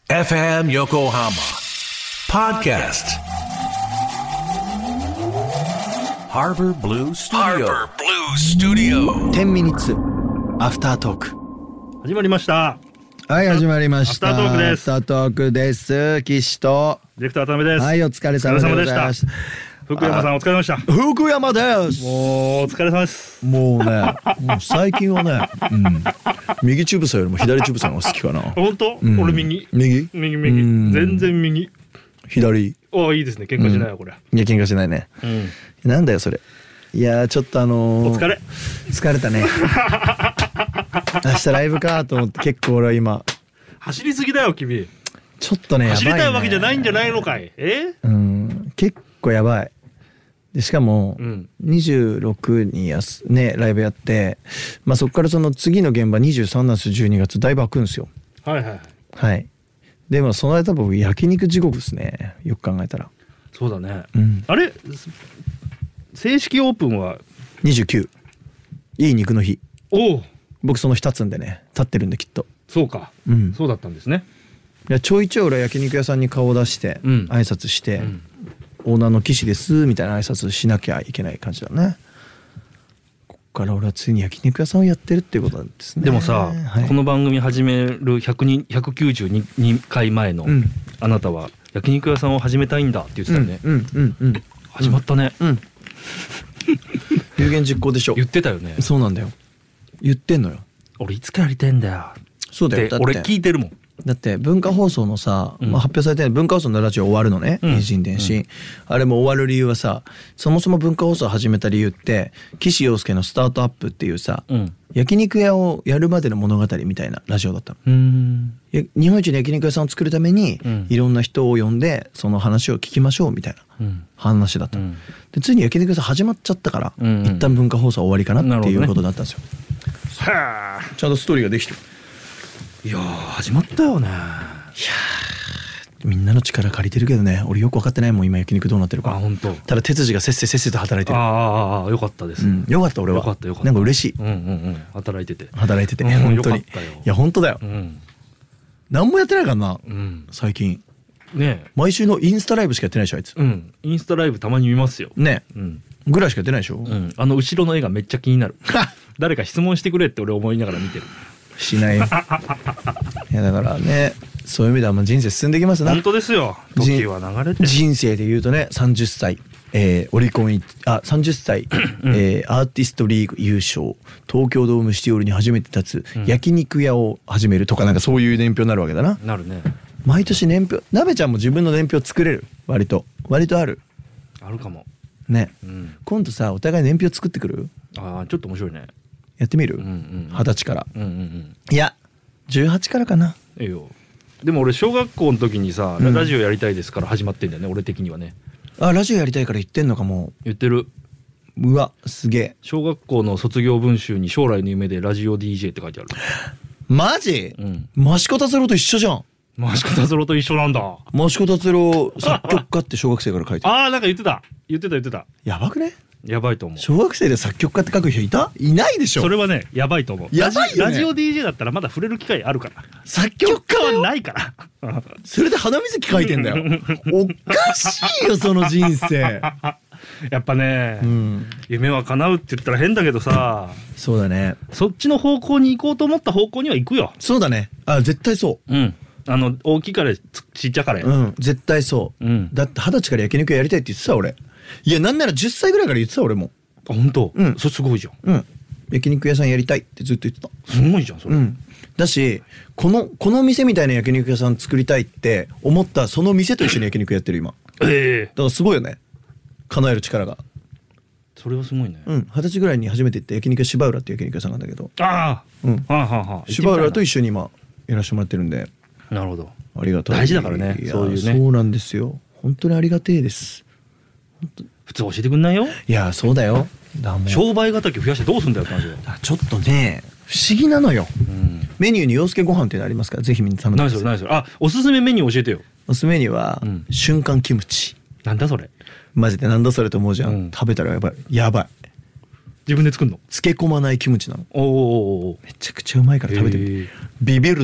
FM Yokohama Podcast Harbor Blue Studio 10ミニッツアフタートーク始まりました。 はい、始まりました。 アフタートークです。 アフタートークです。岸とディレクター渡辺です。 はい、お疲れ様でございました。 福山さんお疲れ様でした。 福山です。 もうお疲れ様です。 もうね、もう最近はね、右チューブさんよりも左チューブさんが好きかな。 本当？俺右。全然右。 左。 お、いいですね。喧嘩しないわこれ。 いや、喧嘩しないね。なんだよそれ。いやちょっとお疲れ。 疲れたね。明日ライブかと思って結構俺は今走りすぎだよ君。 ちょっとね、やばいね。 走りたいわけじゃないんじゃないのかい。 結構やばい。でしかも、26にねライブやって、まあそこからその次の現場23月12月だいぶ開くんですよ。はい。でもその間僕焼肉地獄ですね。よく考えたら。 そうだね。あれ正式オープンは 29。いい肉の日。 おお。僕その2つんでね立ってるんできっと。 そうか。そうだったんですね。いやちょいちょい俺焼肉屋さんに顔を出して挨拶して、オーナーの岸ですみたいな挨拶しなきゃいけない感じだね。こっから俺はついに焼肉屋さんをやってるっていうことなんですね。 でもさ、この番組始める192回前のあなたは焼肉屋さんを始めたいんだって言ってたよね。始まったね。 有言実行でしょ。 言ってたよね。 そうなんだよ。言ってんのよ。 俺いつかやりたいんだよ。 そうだよ。 俺聞いてるもん。 だって文化放送のさ、発表されてる文化放送のラジオ終わるのね、偉人伝心、あれも終わる理由はさ、そもそも文化放送を始めた理由って岸洋介のスタートアップっていうさ、焼肉屋をやるまでの物語みたいなラジオだったの。日本一の焼肉屋さんを作るために、いろんな人を呼んでその話を聞きましょうみたいな話だったの。でついに焼肉屋さん始まっちゃったから、一旦文化放送終わりかなっていうことだったんですよ。ちゃんとストーリーができてる。 いや始まったよね。いやみんなの力借りてるけどね、俺よく分かってないもん今焼肉どうなってるか。 本当。 ただ哲司がせっせと働いてる。 よかったです。 よかった。俺はよかった。 なんか嬉しい。 働いてて本当に。いや本当だよ。何もやってないからな、最近ね。 毎週のインスタライブしかやってないでしょあいつ。 インスタライブたまに見ますよね。 ぐらいしかやってないでしょ。 後ろの絵がめっちゃ気になる。誰か質問してくれって俺思いながら見てる。 しないよ。いやだからね、そういう意味では人生進んできますな。 本当ですよ。時は流れて。 人生で言うとね、30歳、オリコン30歳、アーティストリーグ優勝、東京ドームシティオールに初めて立つ、焼肉屋を始めるとか、なんかそういう年表になるわけだな。 なるね。 毎年年表。なべちゃんも自分の年表作れる。割とある。 あるかもね。今度さお互い年表作ってくる。 ちょっと面白いね。 やってみる？20歳から。いや18からかな。 いいよ。でも俺小学校の時にさ、ラジオやりたいですから始まってんだよね、俺的にはね。 ラジオやりたいから言ってんのかも。 言ってる。 うわすげえ。 小学校の卒業文集に将来の夢でラジオ DJ って書いてある。 マジ？益子達郎と一緒じゃん。 益子達郎と一緒なんだ。 益子達郎作曲家って小学生から書いてる。 なんか言ってた。 やばくね？ やばいと思う。 小学生で作曲家って書く人いないでしょ。 それはねやばいと思う。 やばいよね。 ラジオ DJ だったらまだ触れる機会あるから。 作曲家はないからそれで花水木書いてんだよ。おかしいよその人生。 やっぱね、夢は叶うって言ったら変だけどさ。 そうだね。 そっちの方向に行こうと思った方向には行くよ。 そうだね。絶対そう。 大きいからちっちゃかれ。 絶対そう。だって20歳から焼肉屋やりたいって言ってた俺。いやなんなら10歳ぐらいから言ってた俺も。 本当？それすごいじゃん。 焼肉屋さんやりたいってずっと言ってた。 すごいじゃんそれ。 だしこの店みたいな焼肉屋さん作りたいって思ったその店と一緒に焼肉やってる今。だからすごいよね、叶える力が。 それはすごいね。 20歳ぐらいに初めて行った焼肉屋芝浦っていう焼肉屋さんなんだけど。芝浦と一緒に今やらせてもらってるんで。 なるほど。 ありがたい。 大事だからね。そういうね。 そうなんですよ。本当にありがてえです。 普通教えてくんないよ。 いやそうだよ。 商売敵増やしてどうすんだよって話だよ。 ちょっとね不思議なのよ。メニューに洋介ご飯っていうのありますから、ぜひみんな頼んでください。 何それ。おすすめメニュー教えてよ。 おすすめメニューは瞬間キムチ。 なんだそれ。 マジでなんだそれと思うじゃん。食べたらやばい。 自分で作るの？ 漬け込まないキムチなの。 おお。 めちゃくちゃうまいから食べてみて。ビビるで。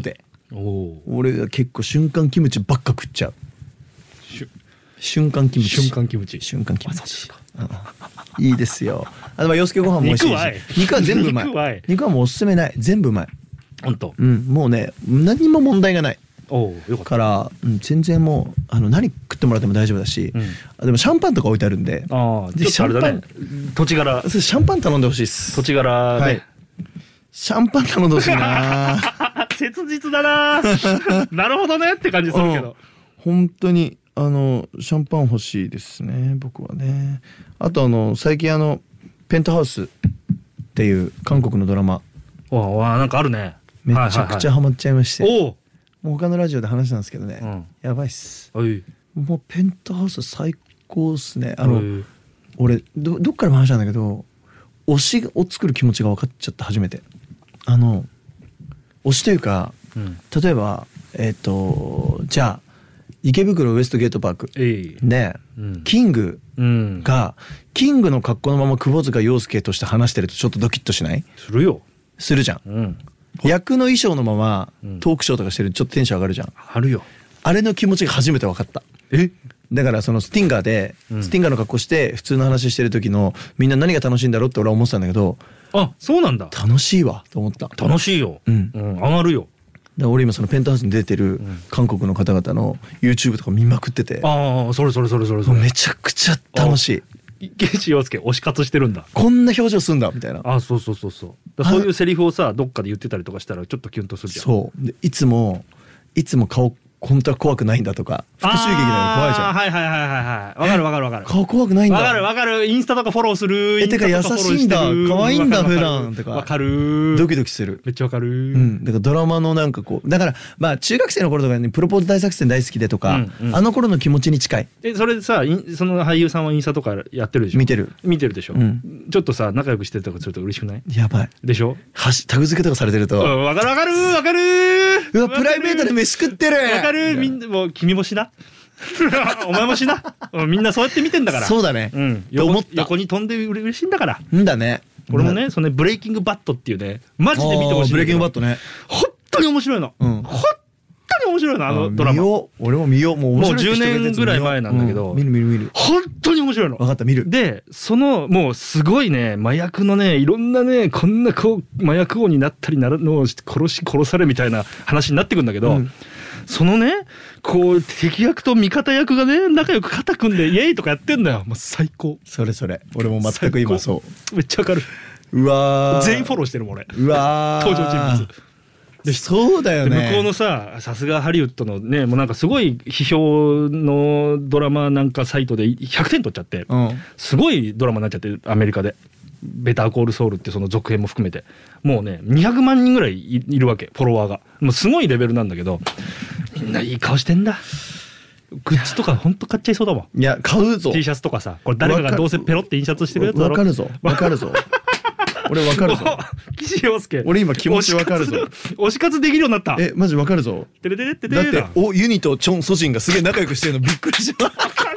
俺が結構瞬間キムチばっか食っちゃう。瞬間キムチ。 瞬間キムチ。 瞬間キムチ。 そうですか。 いいですよ。洋介ご飯も美味しいし。肉は全部うまい。肉はもうおすすめない。全部うまい。 本当。 もうね何にも問題がない。 よかった。 から全然もう何食ってもらっても大丈夫だし、でもシャンパンとか置いてあるんで。 ちょっとあれだね。土地柄。 シャンパン頼んでほしいです。 土地柄ね。 シャンパン頼んでほしいな。 切実だな。なるほどねって感じするけど。 本当にシャンパン欲しいですね僕はね。あと最近ペントハウスっていう韓国のドラマなんかあるね。 めちゃくちゃハマっちゃいまして、 もう他のラジオで話したんですけどね、やばいっす。もうペントハウス最高っすね。俺どっからも話したんだけど推しを作る気持ちが分かっちゃった初めて。推しというか、例えばじゃあ池袋ウエストゲートパークで、キングがキングの格好のまま窪塚洋介として話してるとちょっとドキッとしない？するじゃん、役の衣装のままトークショーとかしてるとちょっとテンション上がるじゃん。 あるよ。 あれの気持ちが初めて分かった。だからそのスティンガーで、スティンガーの格好して普通の話してる時のみんな何が楽しいんだろうって俺は思ってたんだけど、 そうなんだ。 楽しいわと思った。 楽しいよ。上がるよ。 俺今そのペントハウスに出てる韓国の方々の YouTube とか見まくってて、 それめちゃくちゃ楽しい。 池内陽介推し活してるんだ。 こんな表情すんだみたいな。 そうそういうセリフをさどっかで言ってたりとかしたらちょっとキュンとするじゃん。 そうでいつも顔本当は怖くないんだとか復讐劇なの怖いじゃん。わかる。顔怖くないんだ。 わかる。インスタとかフォローする。 てか優しいんだ可愛いんだ普段とか。 わかる。 ドキドキする。 めっちゃわかる。 だからドラマのなんかこうだからまあ中学生の頃とかにプロポーズ大作戦大好きでとか、あの頃の気持ちに近い。 それでさその俳優さんはインスタとかやってるでしょ。見てるでしょ。ちょっとさ仲良くしてるとかすると嬉しくない？やばいでしょ。 タグ付けとかされてるとわかる。うわプライベートで飯食ってる。 わかる。みんなもう君もしなお前もしな。みんなそうやって見てんだから。 そうだね。 横に飛んで嬉しいんだから。 だね。 俺もねそのブレイキングバットっていうねマジで見てほしい。 ブレイキングバットね。 本当に面白いの。本当に面白いのドラマ。 俺も見よう。もう 10年ぐらい前なんだけど。 見る。 本当に面白いの。 分かった見る。 でもうすごいね麻薬のねいろんなねこんなこう麻薬王になったりなるのを殺されみたいな話になってくんだけど。そのねこう敵役と味方役がね仲良く肩組んでイエイとかやってんだよ。もう最高。 それ俺も全く今めっちゃわかる。 うわ全員フォローしてるもん俺。 うわ登場人物でそうだよね。 向こうのさすがハリウッドのねもうなんかすごい批評のドラマなんかサイトで100点取っちゃって、すごいドラマになっちゃってアメリカで。ベターコールソウルってその続編も含めてもうね200万人ぐらいいるわけフォロワーが。もうすごいレベルなんだけどみんないい顔してんだ。グッズとかほんと買っちゃいそうだもん。 いや買うぞ。 T シャツとかさこれ誰かがどうせペロって印刷してるやつだろ。 わかるぞ俺わかるぞ。 岸洋介俺今気持ちわかるぞ。 推し活できるようになった。 マジわかるぞ。 てれてれってだってユニとチョン・ソジンがすげえ仲良くしてるのびっくりした。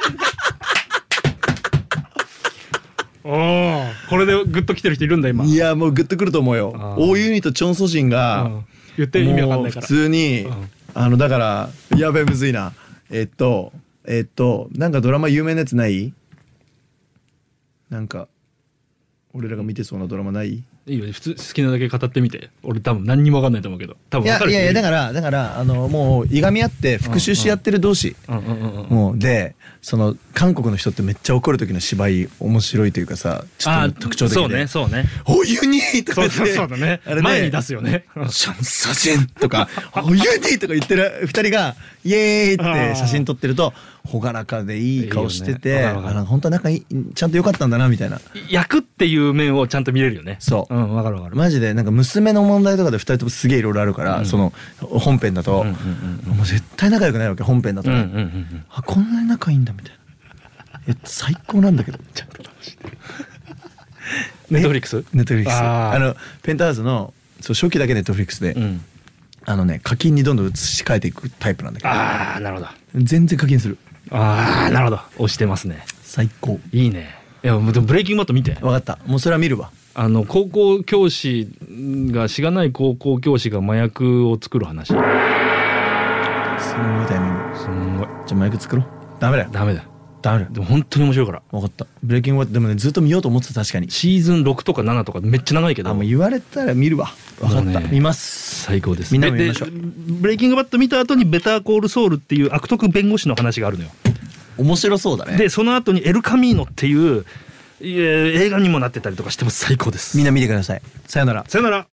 これでグッと来てる人いるんだ今。 いやもうグッとくると思うよ。大ユニとチョン・ソジンが言ってる意味わかんないから普通にだからやべえむずいな。なんかドラマ有名なやつない？なんか俺らが見てそうなドラマない？ いいよ普通好きなだけ語ってみて。俺多分何にも分かんないと思うけど多分分かる。 いやだからもういがみ合って復讐し合ってる同士もうでその韓国の人ってめっちゃ怒る時の芝居面白いというかさちょっと特徴的でそうねおユニとか言ってそうだね前に出すよね。 シャンサジェンとかおユニとか言ってる2人がイエーイって写真撮ってると朗らかでいい顔してて本当は仲いいちゃんと良かったんだなみたいな役っていう面をちゃんと見れるよね。 そう分かるマジでなんか娘の問題とかで2人ともすげえいろいろあるからその本編だともう絶対仲良くないわけ本編だとね。こんなに仲いいんだみたいな。最高なんだけどちゃんと楽しんでる。 ネットフリックスペンタハウスの初期だけネットフリックスで課金にどんどん移し替えていくタイプなんだけど。 なるほど。 全然課金する。 なるほど押してますね。 最高。 いいね。いやもうブレイキングバット見て。 分かった。もうそれは見るわ。 高校教師がしがない高校教師が麻薬を作る話。 すんごいタイミング。 すんごい。 じゃあマイク作ろう。ダメだよ。 ダメだよ。 ダメだよ。 でも本当に面白いから。 分かった。ブレイキングバッドでもねずっと見ようと思ってた。確かにシーズン6とか7とかめっちゃ長いけど。 もう言われたら見るわ。分かった、 ね、 見ます。 最高です。 みんなも見ましょう。 ブレイキングバッド見た後にベターコールソウルっていう悪徳弁護士の話があるのよ。 面白そうだね。 でその後にエルカミーノっていう映画にもなってたりとかしても最高です。 みんな見てください。さよなら。 さよなら。